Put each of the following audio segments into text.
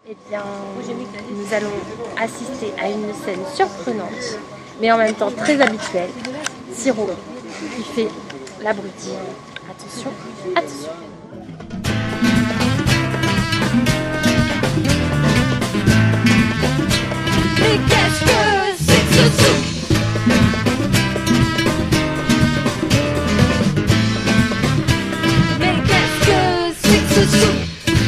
Eh bien, nous allons assister à une scène surprenante, mais en même temps très habituelle. Siro qui fait l'abruti. Attention, attention. Mais qu'est-ce que c'est que ce sou? Mais qu'est-ce que c'est que ce sou?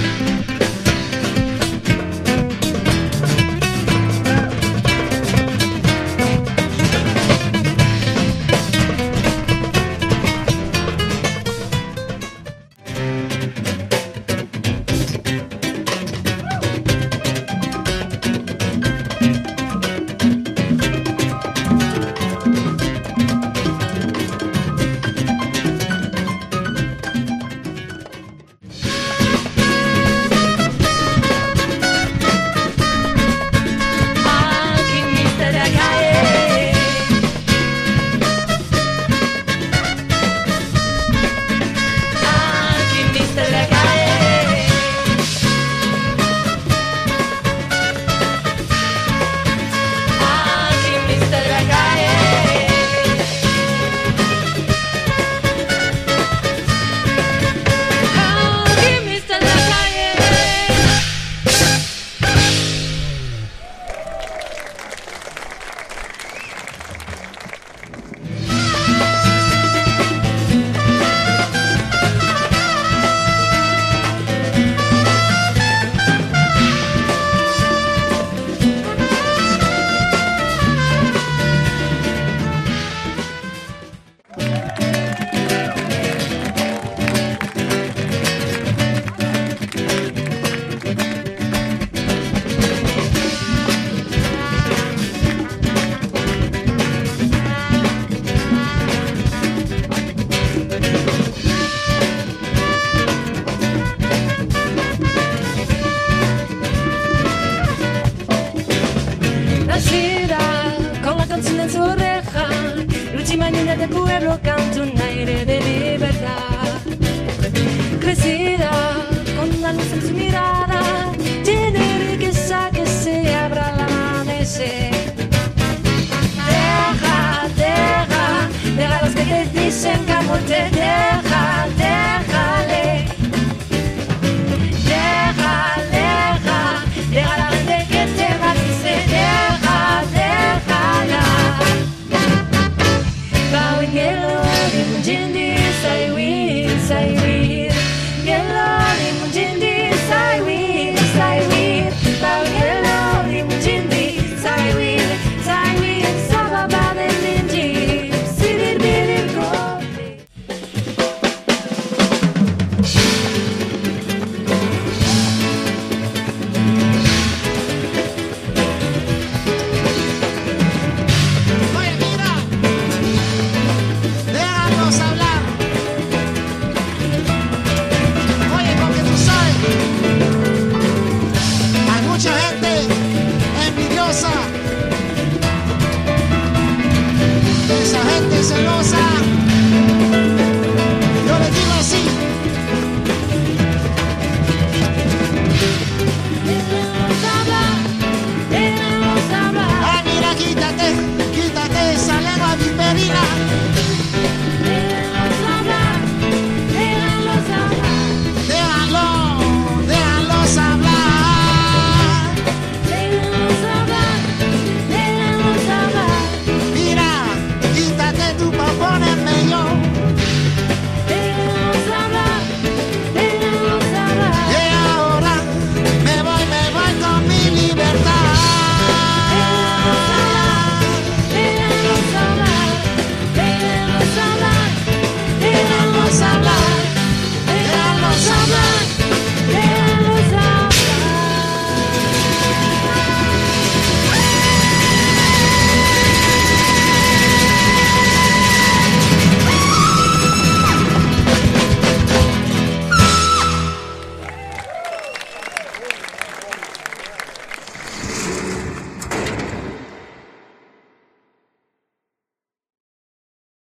Niña del pueblo canta un aire de libertad. Crecida con la luz en su mirada, tiene riqueza que se abra al amanecer. Deja, deja, deja los que te dicen que amor te